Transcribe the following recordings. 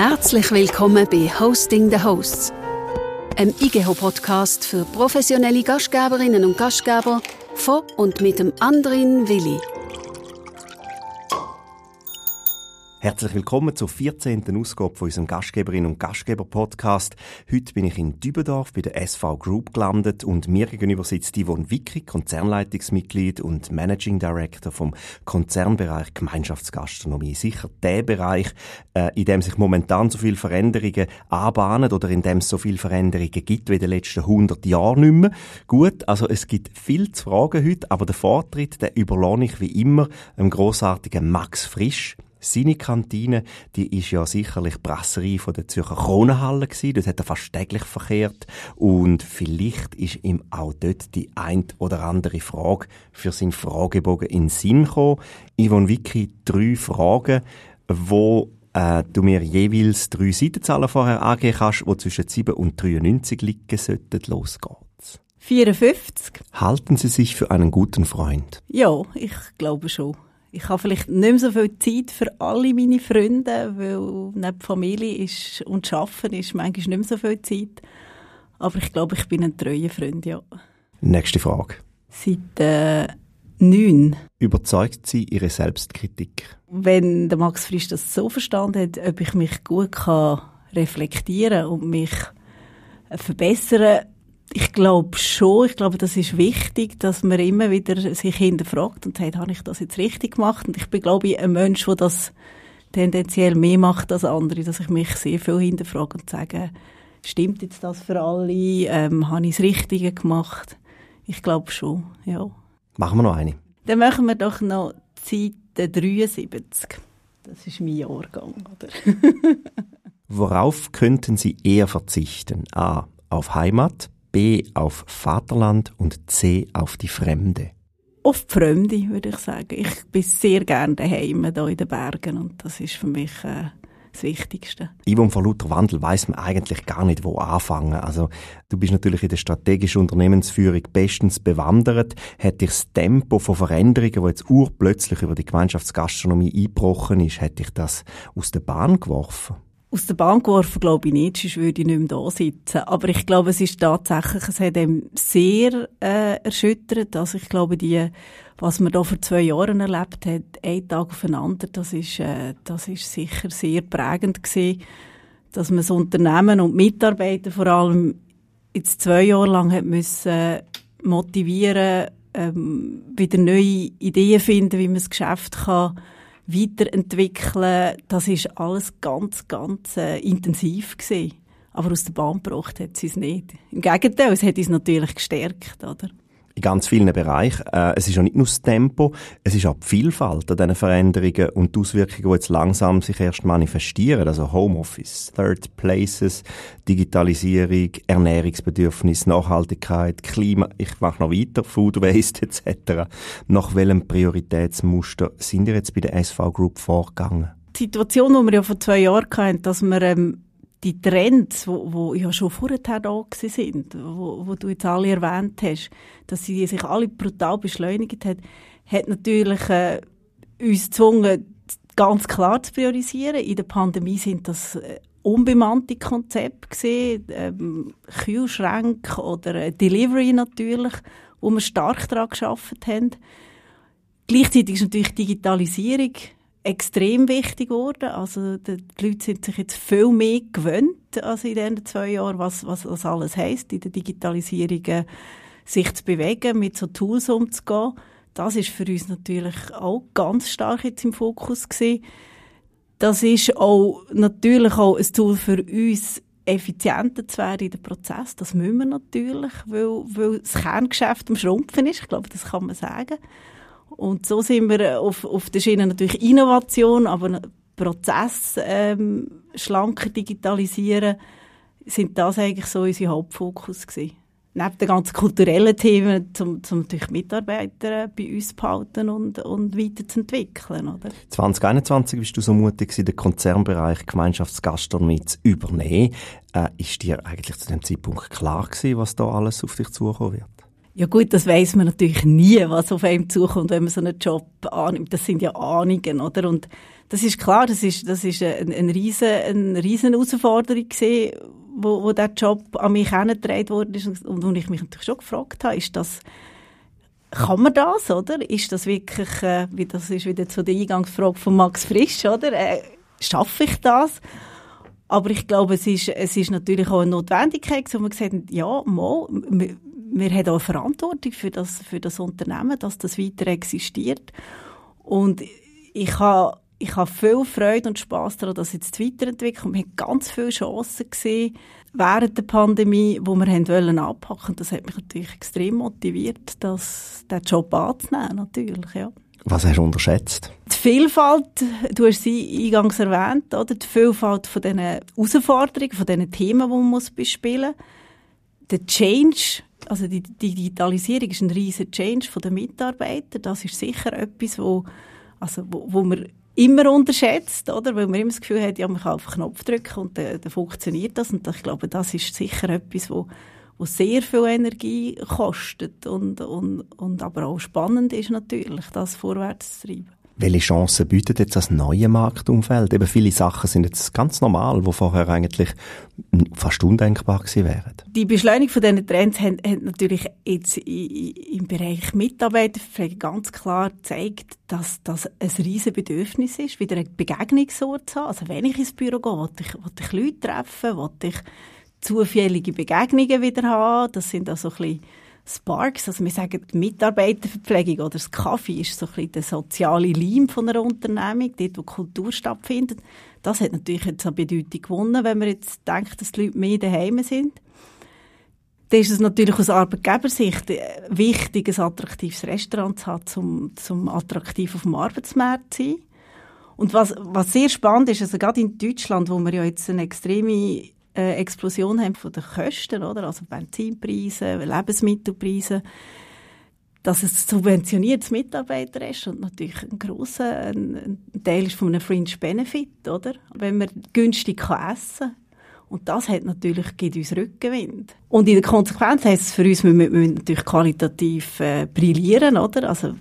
Herzlich willkommen bei Hosting the Hosts, einem IGEHO-Podcast für professionelle Gastgeberinnen und Gastgeber von und mit dem Andrin Willi. Herzlich willkommen zur 14. Ausgabe von unserem Gastgeberinnen- und Gastgeber-Podcast. Heute bin ich in Dübendorf bei der SV Group gelandet und mir gegenüber sitzt Yvonne Wicki, Konzernleitungsmitglied und Managing Director vom Konzernbereich Gemeinschaftsgastronomie. Sicher der Bereich, in dem sich momentan so viele Veränderungen anbahnen oder in dem es so viele Veränderungen gibt wie in den letzten 100 Jahren nicht mehr. Gut, also es gibt viel zu fragen heute, aber der Vortritt, den überlasse ich wie immer dem grossartigen Max Frisch. Seine Kantine, die ist ja sicherlich die Brasserie von der Zürcher Kronenhalle gewesen. Dort hat er fast täglich verkehrt. Und vielleicht ist ihm auch dort die ein oder andere Frage für seinen Fragebogen in den Sinn gekommen. Yvonne Wicki, 3 Fragen, wo du mir jeweils 3 Seitenzahlen vorher angeben kannst, die zwischen 7 und 93 liegen sollten. Los geht's. 54. Halten Sie sich für einen guten Freund? Ja, ich glaube schon. Ich habe vielleicht nicht mehr so viel Zeit für alle meine Freunde, weil neben Familie und Arbeiten ist manchmal nicht mehr so viel Zeit. Aber ich glaube, ich bin ein treuer Freund, ja. Nächste Frage. Seit 9. Überzeugt Sie Ihre Selbstkritik? Wenn der Max Frisch das so verstanden hat, ob ich mich gut reflektieren und mich verbessern kann, ich glaube schon. Ich glaube, das ist wichtig, dass man immer wieder sich hinterfragt und sagt, habe ich das jetzt richtig gemacht? Und ich bin, glaube ich, ein Mensch, der das tendenziell mehr macht als andere, dass ich mich sehr viel hinterfrage und sage, stimmt jetzt das für alle? Habe ich das Richtige gemacht? Ich glaube schon, ja. Machen wir noch eine. Dann machen wir doch noch die Seite 73. Das ist mein Jahrgang, oder? Worauf könnten Sie eher verzichten? A. Auf Heimat, B. auf Vaterland und C. auf die Fremde? Auf die Fremde, würde ich sagen. Ich bin sehr gerne daheim hier in den Bergen und das ist für mich das Wichtigste. Yvonne, vor lauter Wandel weiss man eigentlich gar nicht, wo anfangen. Also, du bist natürlich in der strategischen Unternehmensführung bestens bewandert. Hat dich das Tempo von Veränderungen, das jetzt urplötzlich über die Gemeinschaftsgastronomie eingebrochen ist, hat dich das aus der Bahn geworfen? Aus der Bahn geworfen glaube ich nicht, sonst würde ich nicht mehr da sitzen. Aber ich glaube, es ist tatsächlich, es hat ihm sehr erschüttert. Also ich glaube, was man da vor 2 Jahren erlebt hat, einen Tag aufeinander, das ist sicher sehr prägend gewesen, dass man das Unternehmen und Mitarbeiter vor allem jetzt 2 Jahre lang hat müssen motivieren, wieder neue Ideen finden, wie man das Geschäft kann weiterentwickeln. Das ist alles ganz, ganz intensiv gewesen. Aber aus der Bahn gebracht hat sie es nicht. Im Gegenteil, es hat uns natürlich gestärkt, oder? In ganz vielen Bereichen. Es ist ja nicht nur das Tempo, es ist auch die Vielfalt an diesen Veränderungen und die Auswirkungen, die jetzt langsam sich erst manifestieren. Also Homeoffice, Third Places, Digitalisierung, Ernährungsbedürfnis, Nachhaltigkeit, Klima, ich mache noch weiter, Food Waste etc. Nach welchem Prioritätsmuster sind ihr jetzt bei der SV Group vorgegangen? Die Situation, die wir ja vor 2 Jahren hatten, dass wir die Trends, die ja schon vorher da sind, wo du jetzt alle erwähnt hast, dass sie sich alle brutal beschleunigt hat natürlich uns gezwungen, ganz klar zu priorisieren. In der Pandemie sind das unbemannte Konzepte gewesen, Kühlschränke oder Delivery natürlich, wo wir stark daran gearbeitet haben. Gleichzeitig ist natürlich Digitalisierung extrem wichtig geworden. Also die Leute sind sich jetzt viel mehr gewöhnt als in diesen 2 Jahren, was das alles heisst, in der Digitalisierung sich zu bewegen, mit so Tools umzugehen. Das ist für uns natürlich auch ganz stark jetzt im Fokus gewesen. Das ist auch natürlich auch ein Tool für uns, effizienter zu werden in den Prozess. Das müssen wir natürlich, weil das Kerngeschäft am Schrumpfen ist. Ich glaube, das kann man sagen. Und so sind wir auf der Schiene natürlich Innovation, aber Prozess schlanker digitalisieren, sind das eigentlich so unser Hauptfokus gewesen. Neben den ganzen kulturellen Themen, um natürlich Mitarbeiter bei uns zu behalten und weiterzuentwickeln. Oder? 2021 bist du so mutig, den Konzernbereich Gemeinschaftsgastronomie zu übernehmen. Ist dir eigentlich zu dem Zeitpunkt klar gewesen, was da alles auf dich zukommen wird? Ja gut, das weiss man natürlich nie, was auf einem zukommt, wenn man so einen Job annimmt. Das sind ja Ahnungen, oder? Und das ist klar, das ist eine riesen Herausforderung gewesen, wo der Job an mich herangetragen worden ist. Und wo ich mich natürlich schon gefragt habe, kann man das, oder? Ist das wirklich, das ist wieder zu der Eingangsfrage von Max Frisch, oder? Schaffe ich das? Aber ich glaube, es ist natürlich auch eine Notwendigkeit, wo man gesagt hat, ja, wir haben auch eine Verantwortung für das Unternehmen, dass das weiter existiert. Und ich habe viel Freude und Spass daran, das jetzt weiterentwickeln. Wir haben ganz viele Chancen gesehen während der Pandemie, die wir anpacken wollten. Das hat mich natürlich extrem motiviert, den Job anzunehmen, natürlich, ja. Was hast du unterschätzt? Die Vielfalt, du hast sie eingangs erwähnt, oder? Die Vielfalt von diesen Herausforderungen, von diesen Themen, die man bespielen muss. Der Change, also die Digitalisierung ist ein riesiger Change von den Mitarbeitern. Das ist sicher etwas, wo man immer unterschätzt, oder? Weil man immer das Gefühl hat, ja, man kann auf den Knopf drücken und dann funktioniert das. Und ich glaube, das ist sicher etwas, wo sehr viel Energie kostet und aber auch spannend ist natürlich, das vorwärts zu treiben. Welche Chancen bietet jetzt das neue Marktumfeld? Eben viele Sachen sind jetzt ganz normal, die vorher eigentlich fast undenkbar gewesen wären. Die Beschleunigung von diesen Trends hat natürlich jetzt im Bereich Mitarbeiterpflege ganz klar gezeigt, dass das ein riesiges Bedürfnis ist, wieder einen Begegnungsort zu haben. Also wenn ich ins Büro gehe, will ich Leute treffen, will ich zufällige Begegnungen wieder haben. Das sind auch so ein bisschen Sparks, also wir sagen, die Mitarbeiterverpflegung oder das Kaffee ist so ein bisschen der soziale Leim von einer Unternehmung, dort wo Kultur stattfindet. Das hat natürlich jetzt an Bedeutung gewonnen, wenn man jetzt denkt, dass die Leute mehr daheim sind. Dann ist es natürlich aus Arbeitgebersicht wichtig, ein attraktives Restaurant zu haben, um attraktiv auf dem Arbeitsmarkt zu sein. Und was sehr spannend ist, also gerade in Deutschland, wo wir ja jetzt eine extreme Explosion haben von den Kosten, oder? Also Benzinpreise, Lebensmittelpreise, dass es subventioniertes Mitarbeiterrestaurant natürlich ein grosser Teil ist von einem Fringe Benefit, oder? Wenn man günstig essen kann. Und das gibt uns Rückenwind. Und in der Konsequenz heisst es für uns, wir müssen natürlich qualitativ brillieren, oder? Also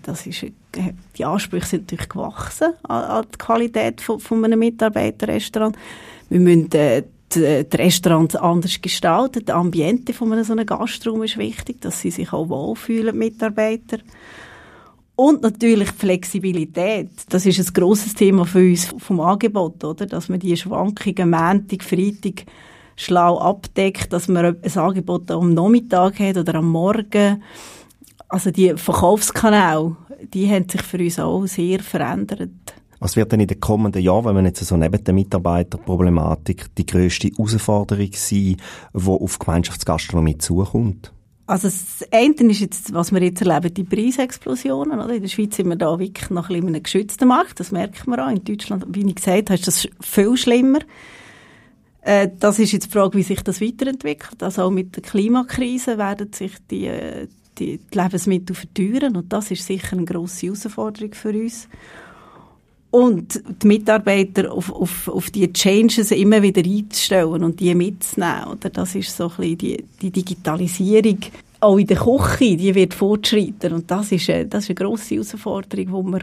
die Ansprüche sind natürlich gewachsen an die Qualität von einem Mitarbeiterrestaurant. Wir müssen die Restaurants anders gestalten. Das Ambiente von so einem Gastraum ist wichtig, dass sie sich auch wohlfühlen, Mitarbeiter. Und natürlich die Flexibilität. Das ist ein grosses Thema für uns vom Angebot, oder? Dass man die Schwankungen Montag, Freitag schlau abdeckt, dass man ein Angebot am Nachmittag hat oder am Morgen. Also die Verkaufskanäle, die haben sich für uns auch sehr verändert. Was wird denn in den kommenden Jahren, wenn man jetzt so neben der Mitarbeiterproblematik die grösste Herausforderung sein, die auf die Gemeinschaftsgastronomie zukommt? Also das eine ist jetzt, was wir jetzt erleben, die Preisexplosionen. Oder? In der Schweiz sind wir da wirklich noch ein bisschen in einem geschützten Markt, das merkt man auch. In Deutschland, wie ich gesagt habe, ist das viel schlimmer. Das ist jetzt die Frage, wie sich das weiterentwickelt. Also auch mit der Klimakrise werden sich die Lebensmittel verteuern und das ist sicher eine grosse Herausforderung für uns. Und die Mitarbeiter auf die Changes immer wieder einzustellen und die mitzunehmen. Oder? Das ist so ein bisschen die Digitalisierung. Auch in der Küche, die wird fortschreiten. Und das ist eine grosse Herausforderung,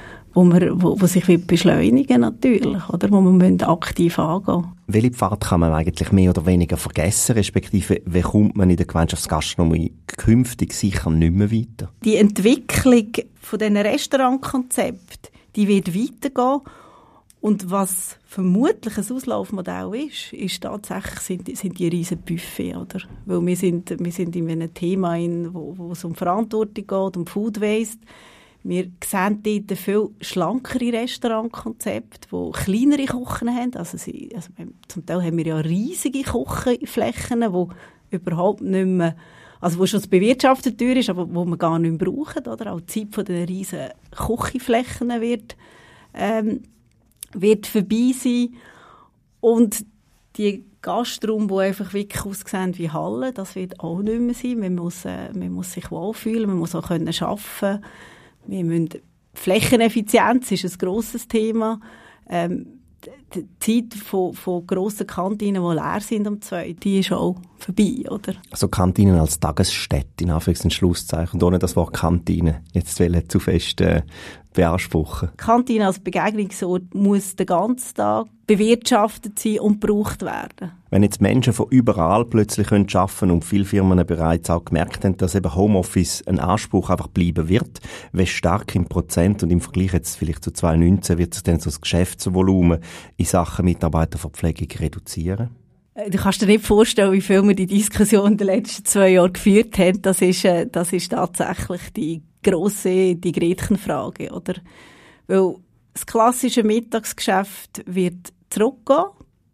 wo sich beschleunigen natürlich, oder? Wo man aktiv angehen müssen. Welche Pfad kann man eigentlich mehr oder weniger vergessen, respektive wie kommt man in der Gemeinschaftsgastronomie künftig sicher nicht mehr weiter? Die Entwicklung von diesen Restaurantkonzepten, die wird weitergehen. Und was vermutlich ein Auslaufmodell ist tatsächlich sind die riesen Buffet, oder? Weil wir sind in einem Thema, wo es um Verantwortung geht, um Food Waste. Wir sehen dort viel schlankere Restaurantkonzepte, die kleinere Küchen haben. Zum Teil haben wir ja riesige Küchenflächen, die überhaupt nicht mehr, also wo schon das bewirtschaftet ist, aber wo man gar nicht mehr braucht, oder? Auch die Zeit von den riesen Küchenflächen wird vorbei sein. Und die Gastraum, die einfach wirklich aussehen wie Hallen, das wird auch nicht mehr sein. Man muss sich wohlfühlen, man muss auch arbeiten können. Flächeneffizienz ist ein grosses Thema. die Zeit von grossen Kantinen, die leer sind um 2, die ist auch vorbei, oder? Also Kantinen als Tagesstätte, in Anführungs- und Schlusszeichen, und ohne das Wort Kantine jetzt zu fest beanspruchen. Kantine als Begegnungsort muss den ganzen Tag bewirtschaftet sein und gebraucht werden. Wenn jetzt Menschen von überall plötzlich arbeiten können und viele Firmen bereits auch gemerkt haben, dass eben Homeoffice ein Anspruch einfach bleiben wird, wie stark im Prozent und im Vergleich jetzt vielleicht zu 2019 wird sich dann so das Geschäftsvolumen in Sachen Mitarbeiterverpflegung reduzieren? Du kannst dir nicht vorstellen, wie viel wir die Diskussion in den letzten 2 Jahren geführt haben. Das ist tatsächlich die Gretchenfrage, oder? Weil das klassische Mittagsgeschäft wird zurückgehen.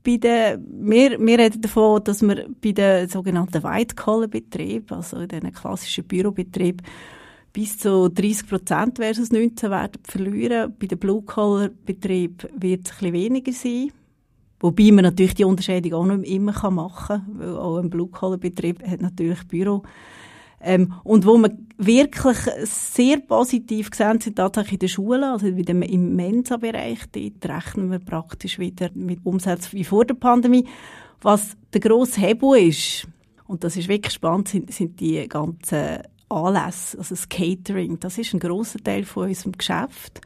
Wir reden davon, dass wir bei den sogenannten White-Collar-Betrieben, also in diesen klassischen Bürobetrieben, bis zu 30% versus 19 werden verlieren. Bei den Blue-Collar-Betrieben wird es ein bisschen weniger sein. Wobei man natürlich die Unterscheidung auch nicht immer machen kann, weil auch ein Blue-Collar-Betrieb hat natürlich Büro. Und wo man wirklich sehr positiv gesehen sind, tatsächlich in den Schulen, also im Mensa-Bereich, dort rechnen wir praktisch wieder mit Umsätzen wie vor der Pandemie. Was der grosse Hebel ist, und das ist wirklich spannend, sind die ganzen Anlässe, also das Catering. Das ist ein grosser Teil von unserem Geschäft.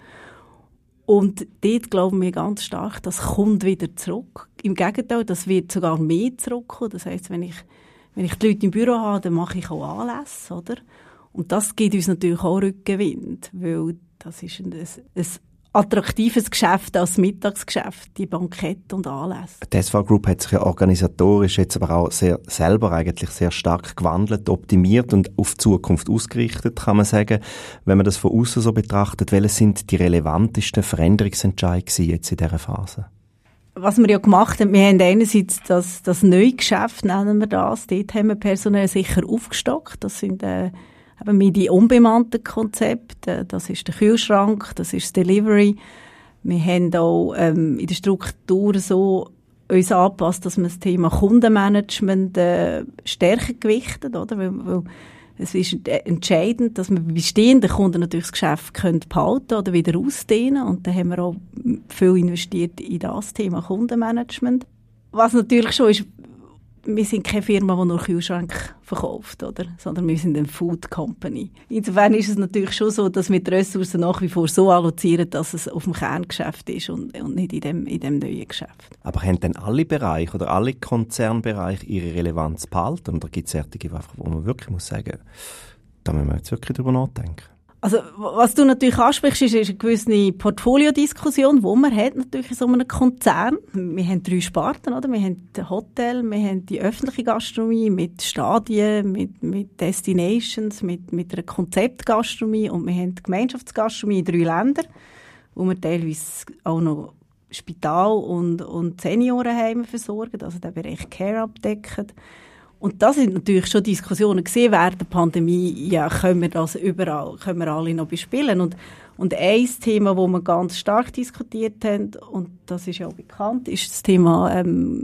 Und dort glauben wir ganz stark, das kommt wieder zurück. Im Gegenteil, das wird sogar mehr zurückkommen. Das heisst, wenn ich die Leute im Büro habe, dann mache ich auch Anlässe, oder? Und das gibt uns natürlich auch Rückenwind, weil das ist ein attraktives Geschäft als Mittagsgeschäft, die Bankette und Anlässe. Die SV Group hat sich ja organisatorisch jetzt aber auch selber eigentlich sehr stark gewandelt, optimiert und auf die Zukunft ausgerichtet, kann man sagen. Wenn man das von außen so betrachtet, welche sind die relevantesten Veränderungsentscheidungen jetzt in dieser Phase? Was wir ja gemacht haben, wir haben einerseits das neue Geschäft, nennen wir das, dort haben wir personell sicher aufgestockt. Das sind eben die unbemannten Konzepte, das ist der Kühlschrank, das ist das Delivery. Wir haben auch in der Struktur so uns angepasst, dass wir das Thema Kundenmanagement stärker gewichtet, oder? Weil es ist entscheidend, dass wir bei bestehenden Kunden natürlich das Geschäft behalten können oder wieder ausdehnen. Und da haben wir auch viel investiert in das Thema Kundenmanagement. Was natürlich schon ist, wir sind keine Firma, die nur Kühlschränke verkauft, oder? Sondern wir sind eine Food Company. Insofern ist es natürlich schon so, dass wir die Ressourcen nach wie vor so allozieren, dass es auf dem Kerngeschäft ist und nicht in dem neuen Geschäft. Aber haben denn alle Bereiche oder alle Konzernbereiche ihre Relevanz behalten? Oder gibt es solche, wo man wirklich muss sagen, da müssen wir jetzt wirklich drüber nachdenken? Also, was du natürlich ansprichst, ist eine gewisse Portfoliodiskussion, die man hat natürlich in so einem Konzern. Wir haben 3 Sparten, oder? Wir haben das Hotel, wir haben die öffentliche Gastronomie mit Stadien, mit Destinations, mit einer Konzeptgastronomie und wir haben die Gemeinschaftsgastronomie in 3 Ländern, wo wir teilweise auch noch Spital und Seniorenheime versorgen, also den Bereich Care abdecken. Und das sind natürlich schon Diskussionen gesehen während der Pandemie. Ja, können wir das überall, können wir alle noch bespielen? Und ein Thema, das wir ganz stark diskutiert haben, und das ist ja auch bekannt, ist das Thema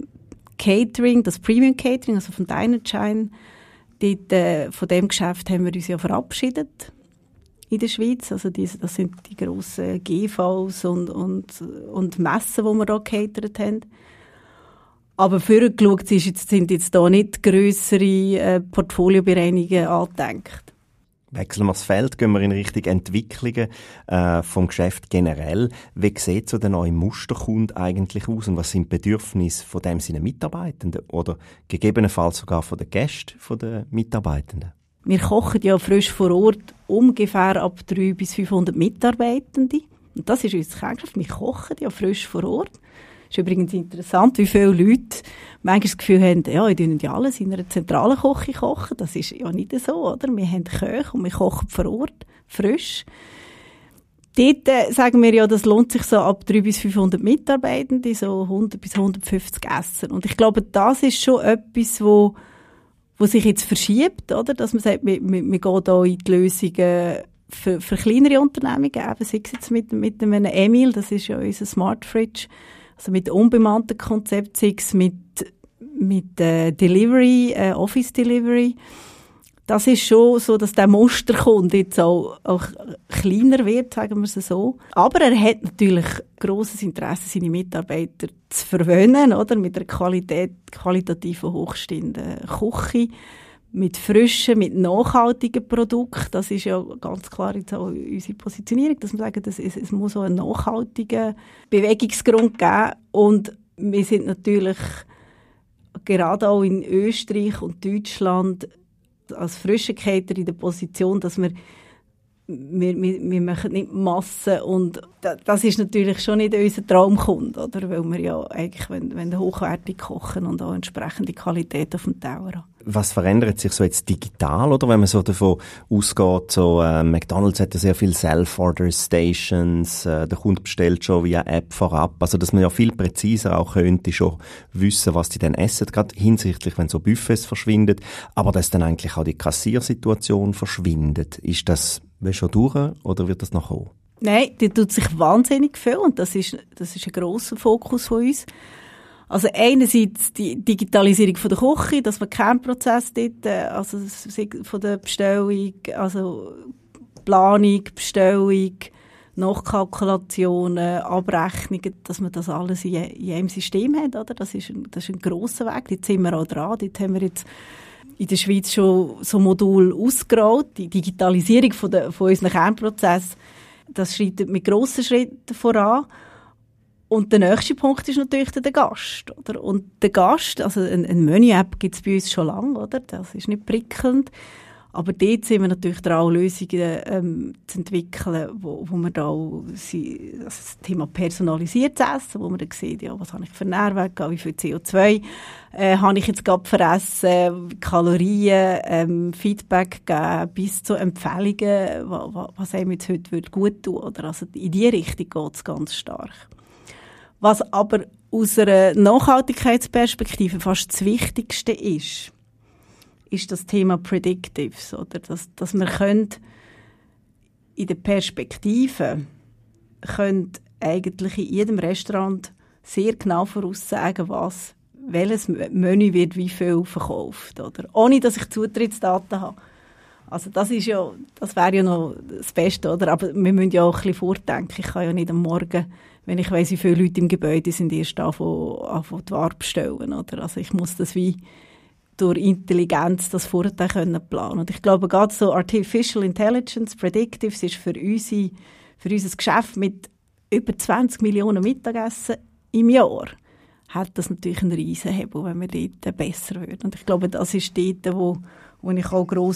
Catering, das Premium Catering, also von Dinerchain. Dort, von dem Geschäft haben wir uns ja verabschiedet in der Schweiz. Also das sind die grossen GVs und Messen, die wir da catert haben. Aber vorgeschaut sind jetzt da nicht grössere Portfoliobereinigungen angedenkt. Wechseln wir das Feld, gehen wir in Richtung Entwicklungen vom Geschäft generell. Wie sieht so der neue Musterkunde eigentlich aus und was sind die Bedürfnisse von dem seinen Mitarbeitenden oder gegebenenfalls sogar von den Gästen der Mitarbeitenden? Wir kochen ja frisch vor Ort ungefähr ab 300 bis 500 Mitarbeitende. Und das ist unser Kerngeschäft. Wir kochen ja frisch vor Ort. Es ist übrigens interessant, wie viele Leute manchmal das Gefühl haben, ja, wir tun ja alles in einer zentralen Küche kochen. Das ist ja nicht so, oder? Wir haben Köche und wir kochen vor Ort, frisch. Dort sagen wir ja, das lohnt sich so ab 300 bis 500 Mitarbeitende, so 100 bis 150 Esser. Und ich glaube, das ist schon etwas, wo sich jetzt verschiebt, oder? Dass man sagt, wir gehen da in die Lösungen für kleinere Unternehmungen, eben sei es jetzt mit einem Emil, das ist ja unser Smart Fridge, also mit unbemannten Konzept, sei es mit Delivery, Office Delivery. das ist schon so, dass der Musterkunde jetzt auch kleiner wird, sagen wir es so. Aber er hat natürlich grosses Interesse, seine Mitarbeiter zu verwöhnen, oder? Mit einer qualitativen, hochstehenden Küche, mit frischen, mit nachhaltigen Produkten. Das ist ja ganz klar jetzt auch unsere Positionierung, dass wir sagen, es muss auch einen nachhaltigen Bewegungsgrund geben. Und wir sind natürlich gerade auch in Österreich und Deutschland als Frischenkeiter in der Position, dass wir machen nicht Massen, und das ist natürlich schon nicht unser Traumkunde, oder? Weil wir ja eigentlich wenn hochwertig kochen und auch entsprechende Qualität auf dem Teller haben. Was verändert sich so jetzt digital, oder? Wenn man so davon ausgeht, so McDonald's hat ja sehr viele Self-Order-Stations, der Kunde bestellt schon via App vorab, also dass man ja viel präziser auch könnte schon wissen, was die dann essen, gerade hinsichtlich, wenn so Buffets verschwindet, aber dass dann eigentlich auch die Kassiersituation verschwindet. Ist das schon durch oder wird das noch kommen? Nein, die tut sich wahnsinnig viel, und das ist ein grosser Fokus von uns. Also einerseits die Digitalisierung von der Küche, dass man keinen Prozess dort, also von der Bestellung, also Planung, Bestellung, Nachkalkulationen, Abrechnungen, dass man das alles in einem System hat, oder? Das ist ein grosser Weg, dort sind wir auch dran, dort haben wir jetzt in der Schweiz schon so Modul ausgerollt. Die Digitalisierung von unseren Kernprozessen, das schreitet mit grossen Schritten voran. Und der nächste Punkt ist natürlich der Gast, oder? Und der Gast, also eine Menü-App gibt es bei uns schon lange, oder? Das ist nicht prickelnd. Aber dort sind wir natürlich dran, Lösungen zu entwickeln, wo wir da das Thema personalisiertes Essen, wo man dann sieht, ja, was habe ich für Nährwerte, wie viel CO2 habe ich jetzt gerade fressen, Kalorien, Feedback geben, bis zu Empfehlungen, was einem jetzt heute gut tun würde, oder? Also in die Richtung geht es ganz stark. Was aber aus einer Nachhaltigkeitsperspektive fast das Wichtigste ist das Thema Predictives, oder? Dass wir in der Perspektive eigentlich in jedem Restaurant sehr genau voraussagen, welches Menü wird wie viel verkauft, oder? Ohne dass ich Zutrittsdaten habe. Also das wäre ja noch das Beste, oder? Aber wir müssen ja auch ein bisschen vordenken. Ich kann ja nicht am Morgen, wenn ich weiss, wie viele Leute im Gebäude sind, erst anfangen die Ware bestellen, oder? Also ich muss das wie durch Intelligenz das vorher planen können. Und ich glaube, gerade so Artificial Intelligence, Predictives ist für unser Geschäft mit über 20 Millionen Mittagessen im Jahr, hat das natürlich einen riesen Hebel, wenn wir dort besser würden. Und ich glaube, das ist dort, wo ich auch wo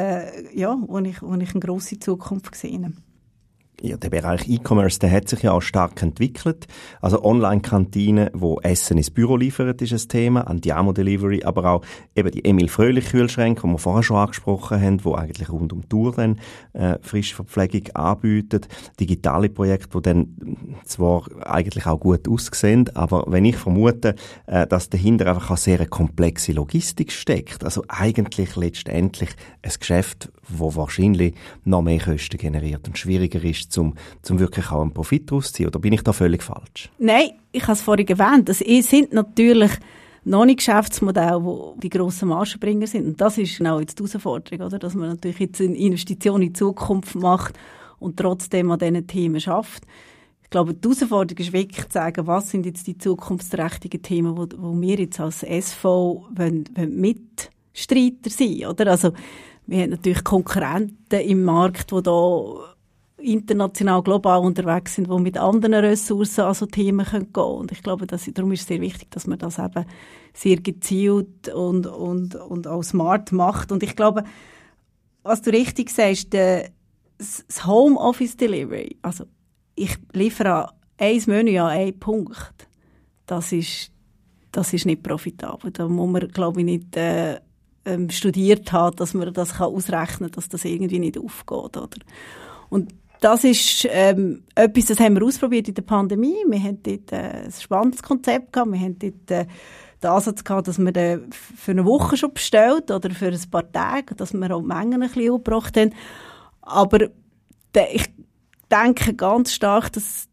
ich eine grosse Zukunft sehe. Ja, der Bereich E-Commerce, der hat sich ja auch stark entwickelt. Also Online-Kantinen, wo Essen ins Büro liefern, ist ein Thema. Andiamo Delivery, aber auch eben die Emil Fröhlich-Kühlschränke, die wir vorher schon angesprochen haben, die eigentlich rund um die Tour dann frische Verpflegung anbieten. Digitale Projekte, die dann zwar eigentlich auch gut aussehen, aber wenn ich vermute, dass dahinter einfach auch sehr eine komplexe Logistik steckt. Also eigentlich letztendlich ein Geschäft, das wahrscheinlich noch mehr Kosten generiert und schwieriger ist, zum wirklich auch einen Profit daraus zu ziehen. Oder bin ich da völlig falsch? Nein, ich habe es vorhin erwähnt. Das sind natürlich noch nicht Geschäftsmodelle, die die grossen Margenbringer sind. Und das ist genau jetzt die Herausforderung, oder? Dass man natürlich jetzt eine Investition in die Zukunft macht und trotzdem an diesen Themen schafft. Ich glaube, die Herausforderung ist wirklich zu sagen, was sind jetzt die zukunftsträchtigen Themen, wo wir jetzt als SV Mitstreiter sind, oder? Also, wir haben natürlich Konkurrenten im Markt, die da international, global unterwegs sind, die mit anderen Ressourcen an so Themen gehen können. Und ich glaube, darum ist es sehr wichtig, dass man das eben sehr gezielt und auch smart macht. Und ich glaube, was du richtig sagst, das Homeoffice Delivery, also ich liefere ein Menü an einen Punkt, das ist nicht profitabel. Da muss man, glaube ich, nicht studiert haben, dass man das ausrechnen kann, dass das irgendwie nicht aufgeht, oder? Und das ist etwas, das haben wir ausprobiert in der Pandemie. Wir haben dort ein spannendes Konzept gehabt. Wir haben dort den Ansatz gehabt, dass wir für eine Woche schon bestellt oder für ein paar Tage, dass wir auch die Mengen ein bisschen angebracht haben. Aber ich denke ganz stark, dass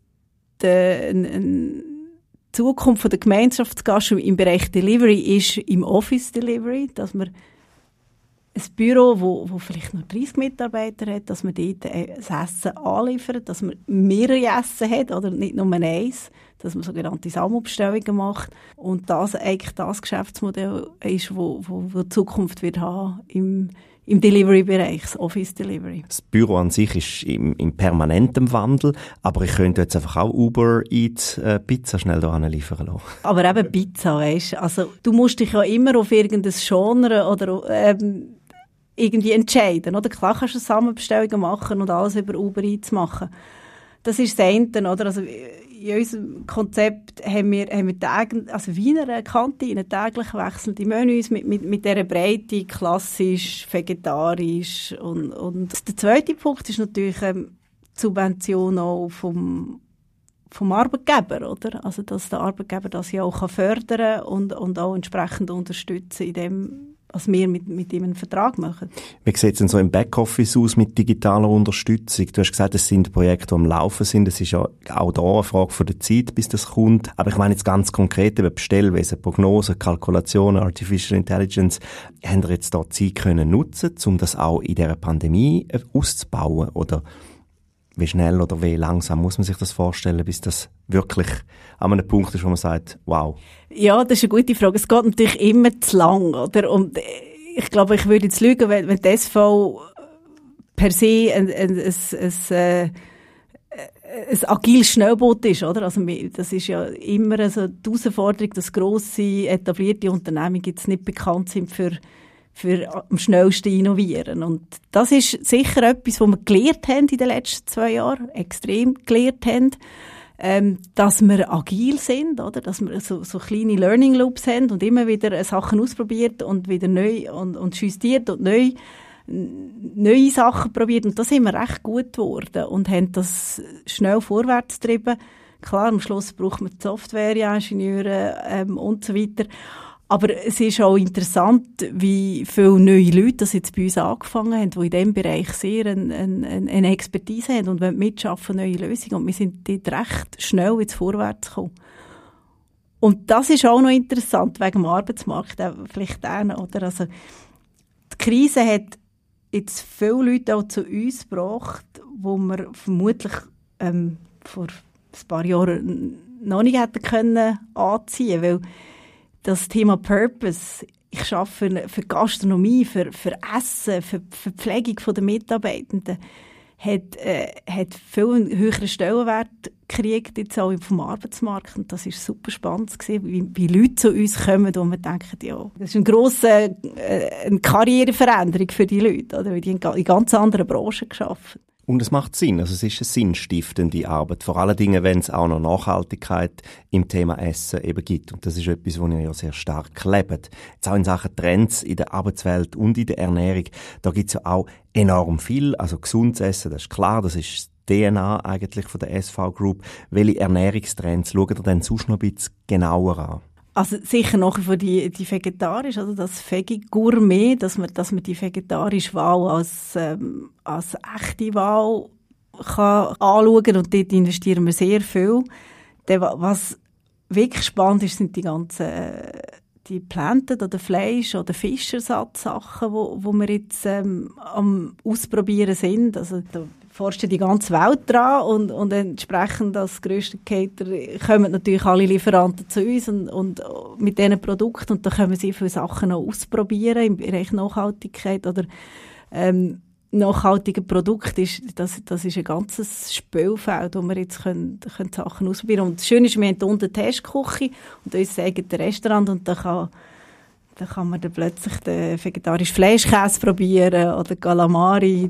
die Zukunft der Gemeinschaftsgastro im Bereich Delivery ist im Office Delivery, dass wir Büro, wo vielleicht nur 30 Mitarbeiter hat, dass man dort das Essen anliefert, dass man mehrere Essen hat oder nicht nur eins, dass man sogenannte Sammelbestellungen macht und das eigentlich das Geschäftsmodell ist, wo die Zukunft wird haben im Delivery-Bereich, das Office Delivery. Das Büro an sich ist im permanentem Wandel, aber ich könnte jetzt einfach auch Uber Eats Pizza schnell da liefern lassen. Aber eben Pizza, weisst, also du musst dich ja immer auf irgendein Genre oder irgendwie entscheiden, oder? Klar kannst du Sammelbestellungen machen und alles über Uber Eats machen. Das ist das eine, oder? Also in unserem Konzept haben wir also wie in einer Kantine täglich wechselnde Menüs mit dieser Breite, klassisch, vegetarisch und der zweite Punkt ist natürlich die Subvention auch vom Arbeitgeber, oder? Also dass der Arbeitgeber das ja auch fördern kann und auch entsprechend unterstützen, indem was wir mit ihm einen Vertrag machen. Wie sieht es denn so im Backoffice aus mit digitaler Unterstützung? Du hast gesagt, es sind Projekte, die am Laufen sind. Es ist ja auch da eine Frage von der Zeit, bis das kommt. Aber ich meine jetzt ganz konkret über Bestellwesen, Prognosen, Kalkulationen, Artificial Intelligence. Haben Sie jetzt da Zeit können nutzen, um das auch in dieser Pandemie auszubauen? Oder wie schnell oder wie langsam muss man sich das vorstellen, bis das wirklich an einem Punkt ist, wo man sagt, wow? Ja, das ist eine gute Frage. Es geht natürlich immer zu lang, oder? Und ich glaube, ich würde jetzt lügen, wenn die SV per se ein agiles Schnellboot ist, oder? Also, das ist ja immer so die Herausforderung, dass grosse, etablierte Unternehmen jetzt nicht bekannt sind für am schnellsten innovieren. Und das ist sicher etwas, was wir gelernt haben in den letzten 2 Jahren, extrem gelernt haben, dass wir agil sind, oder? Dass wir so kleine Learning Loops haben und immer wieder Sachen ausprobiert und wieder neu und justiert und neue Sachen probiert. Und da sind wir recht gut geworden und haben das schnell vorwärts getrieben. Klar, am Schluss braucht man Software-Ingenieure und so weiter. Aber es ist auch interessant, wie viele neue Leute das jetzt bei uns angefangen haben, die in diesem Bereich sehr eine Expertise haben und wollen mitschaffen, neue Lösungen. Und wir sind dort recht schnell jetzt vorwärts gekommen. Und das ist auch noch interessant, wegen dem Arbeitsmarkt, vielleicht auch noch, oder? Also, die Krise hat jetzt viele Leute auch zu uns gebracht, wo wir vermutlich vor ein paar Jahren noch nicht hätten können anziehen, weil das Thema Purpose, ich arbeite für Gastronomie, für Essen, für Pflegung der Mitarbeitenden, hat viel einen höheren Stellenwert gekriegt, jetzt auch vom Arbeitsmarkt. Und das war super spannend gewesen, wie Leute zu uns kommen, wo man denkt, ja, das ist eine Karriereveränderung für die Leute, oder? Weil die in ganz anderen Branchen gearbeitet. Und es macht Sinn, also es ist eine sinnstiftende Arbeit, vor allen Dingen, wenn es auch noch Nachhaltigkeit im Thema Essen eben gibt. Und das ist etwas, wo ihr ja sehr stark lebt. Jetzt auch in Sachen Trends in der Arbeitswelt und in der Ernährung, da gibt es ja auch enorm viel, also gesundes Essen, das ist klar, das ist die DNA eigentlich von der SV Group. Welche Ernährungstrends schaut ihr denn sonst noch ein bisschen genauer an? Also sicher nach wie vor die vegetarisch, also das Veggie-Gourmet, dass man die vegetarische Wahl als echte Wahl kann anschauen und dort investieren wir sehr viel. Was wirklich spannend ist, sind die ganzen die Planten oder Fleisch- oder Fischersatzsachen, wo wir jetzt am Ausprobieren sind. Also da forscht die ganze Welt dran und entsprechend als grösster Cater kommen natürlich alle Lieferanten zu uns und mit diesen Produkten und da können sie viele Sachen noch ausprobieren im Bereich Nachhaltigkeit oder nachhaltige Produkte das ist ein ganzes Spielfeld, wo wir jetzt können Sachen ausprobieren können. Und das Schöne ist, wir haben unten eine Testküche und unser eigenes Restaurant und da kann man dann plötzlich den vegetarischen Fleischkäse probieren oder Calamari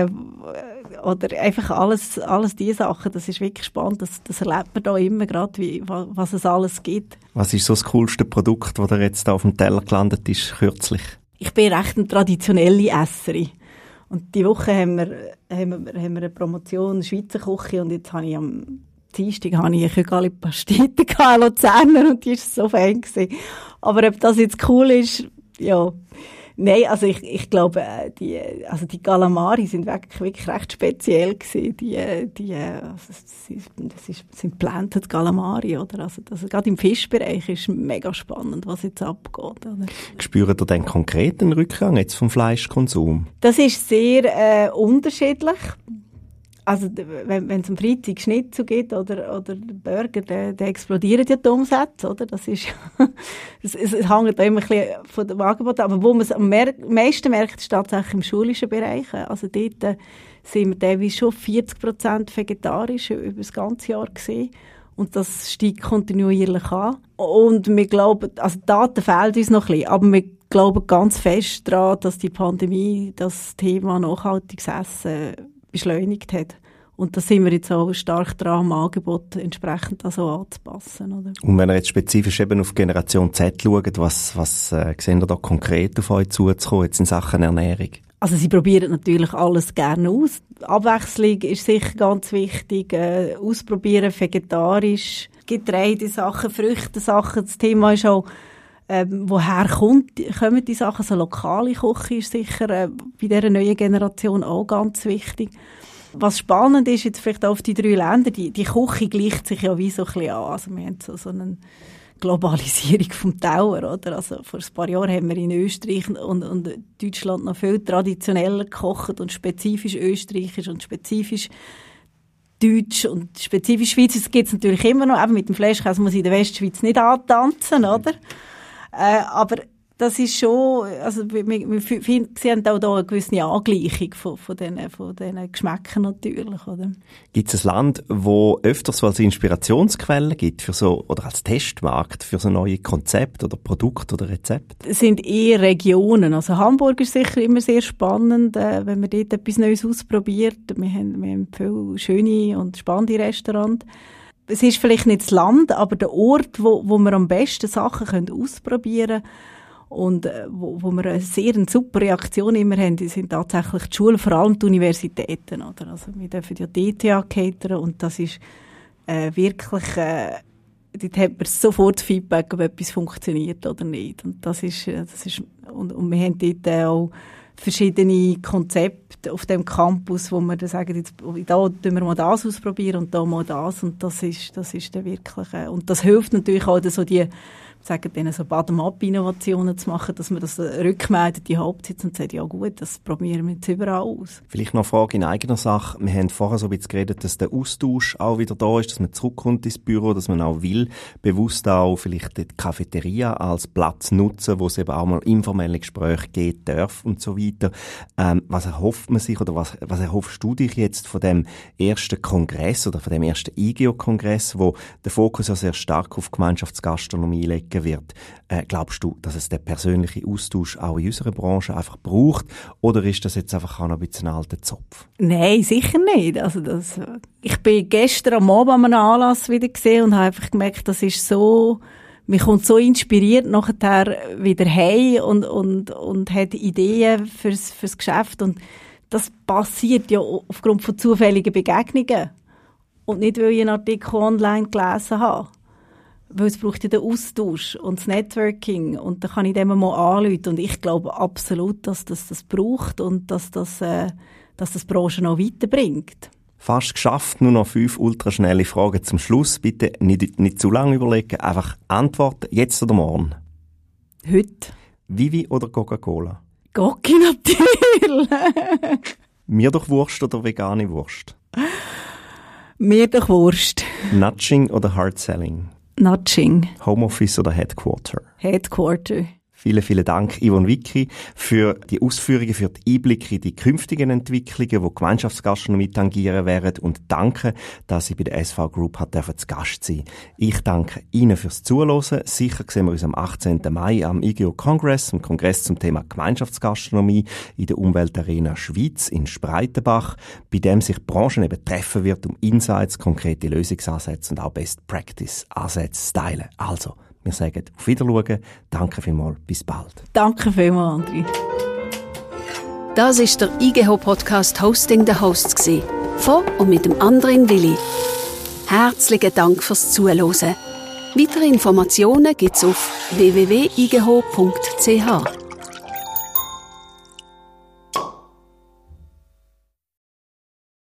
oder einfach alles diese Sachen. Das ist wirklich spannend. Das erlebt man da immer gerade, was es alles gibt. Was ist so das coolste Produkt, das jetzt da auf dem Teller gelandet ist, kürzlich? Ich bin recht eine traditionelle Esserin. Und diese Woche haben wir eine Promotion Schweizer Küche und jetzt habe ich am Dienstag eine Kügali Pastete Luzerner und die war so fein gewesen. Aber ob das jetzt cool ist, ja, Nein, also ich glaube, die Calamari sind wirklich recht speziell gewesen. Das sind Planted Calamari, oder? Also gerade im Fischbereich ist mega spannend, was jetzt abgeht, oder? Spürt ihr denn konkret einen Rückgang jetzt vom Fleischkonsum? Das ist sehr unterschiedlich. Also wenn es am Freitag Schnitzel gibt oder Burger, dann explodieren ja die Umsätze, oder? Das ist es hängt auch immer ein bisschen von dem Angebot ab. Aber wo man es am meisten merkt, ist tatsächlich im schulischen Bereich. Also dort sind wir teilweise schon 40% vegetarisch über das ganze Jahr gesehen. Und das steigt kontinuierlich an. Und wir glauben, also Daten fehlen uns noch ein bisschen, aber wir glauben ganz fest daran, dass die Pandemie das Thema nachhaltiges Essen beschleunigt hat. Und da sind wir jetzt auch stark dran, am Angebot entsprechend also anzupassen. Oder? Und wenn ihr jetzt spezifisch eben auf Generation Z schaut, was sehen ihr da konkret auf euch zuzukommen, jetzt in Sachen Ernährung? Also sie probieren natürlich alles gerne aus. Abwechslung ist sicher ganz wichtig. Ausprobieren, vegetarisch, Getreidesachen, Früchtesachen. Das Thema ist auch, woher kommen die Sachen? Also lokale Küche ist sicher bei dieser neuen Generation auch ganz wichtig. Was spannend ist, jetzt vielleicht auch auf die 3 Länder, die Küche gleicht sich ja wie so ein bisschen an. Also wir haben so eine Globalisierung vom Teller, oder? Also vor ein paar Jahren haben wir in Österreich und Deutschland noch viel traditioneller gekocht und spezifisch österreichisch und spezifisch Deutsch und spezifisch Schweiz. Das gibt es natürlich immer noch. Eben mit dem Fleischkäse muss in der Westschweiz nicht antanzen, oder? Aber das ist schon, also wir sehen auch da eine gewisse Angleichung von diesen Geschmäckern natürlich, oder? Gibt es ein Land, wo öfters als Inspirationsquelle gibt für so, oder als Testmarkt für so neue Konzepte oder Produkte oder Rezepte? Es sind eher Regionen. Also Hamburg ist sicher immer sehr spannend, wenn man dort etwas Neues ausprobiert. Wir haben viele schöne und spannende Restaurants. Es ist vielleicht nicht das Land, aber der Ort, wo wir am besten Sachen ausprobieren können. Und wo wir eine sehr super Reaktion immer haben, die sind tatsächlich die Schulen, vor allem die Universitäten. Oder? Also wir dürfen ja DTA catern und das ist wirklich, dort hat man sofort Feedback, ob etwas funktioniert oder nicht. Und und wir haben dort auch verschiedene Konzepte auf dem Campus, wo wir dann sagen, jetzt, da tun wir mal das ausprobieren und da mal das. Und das ist dann wirklich, und das hilft natürlich auch, so die, sagen denen so Bottom-up-Innovationen zu machen, dass man das rückmeldet, die Hauptsitz und sagt, ja gut, das probieren wir jetzt überall aus. Vielleicht noch eine Frage in eigener Sache. Wir haben vorher so ein bisschen geredet, dass der Austausch auch wieder da ist, dass man zurückkommt ins Büro, dass man auch will, bewusst auch vielleicht die Cafeteria als Platz nutzen, wo es eben auch mal informelle Gespräche geben darf und so weiter. Was erhofft man sich oder was erhoffst du dich jetzt von dem ersten Kongress oder von dem ersten IGEO-Kongress, wo der Fokus ja sehr stark auf Gemeinschaftsgastronomie legt wird. Glaubst du, dass es den persönlichen Austausch auch in unserer Branche einfach braucht? Oder ist das jetzt einfach auch noch ein bisschen ein alter Zopf? Nein, sicher nicht. Also ich bin gestern am Abend an einem Anlass wieder gesehen und habe einfach gemerkt, das ist so, man kommt so inspiriert nachher wieder heim und hat Ideen fürs Geschäft. Und das passiert ja aufgrund von zufälligen Begegnungen. Und nicht, weil ich einen Artikel online gelesen habe. Weil es braucht ja den Austausch und das Networking und da kann ich dem mal anrufen und ich glaube absolut, dass das braucht und dass das Branche noch weiterbringt. Fast geschafft, nur noch 5 ultraschnelle Fragen zum Schluss. Bitte nicht zu lange überlegen, einfach antworten, jetzt oder morgen. Heute. Vivi oder Coca-Cola? Gocki natürlich. Mir doch Wurst oder vegane Wurst? Mir doch Wurst. Nudging oder Hard Selling? Nudging. Homeoffice oder Headquarter? Headquarter. Vielen, vielen Dank, Yvonne Wicki, für die Ausführungen, für die Einblicke in die künftigen Entwicklungen, die Gemeinschaftsgastronomie tangieren werden. Und danke, dass Sie bei der SV Group zu Gast sein. Ich danke Ihnen fürs Zuhören. Sicher sehen wir uns am 18. Mai am IGEO Congress, im Kongress zum Thema Gemeinschaftsgastronomie in der Umweltarena Schweiz in Spreitenbach, bei dem sich die Branche eben treffen wird, um Insights, konkrete Lösungsansätze und auch Best Practice Ansätze zu teilen. Also, wir sagen auf Wiedersehen. Danke vielmals. Bis bald. Danke vielmals, André. Das ist der IGEHO-Podcast «Hosting the Hosts» gewesen. Von und mit dem Andrin Willi. Herzlichen Dank fürs Zuhören. Weitere Informationen gibt's auf www.igeho.ch.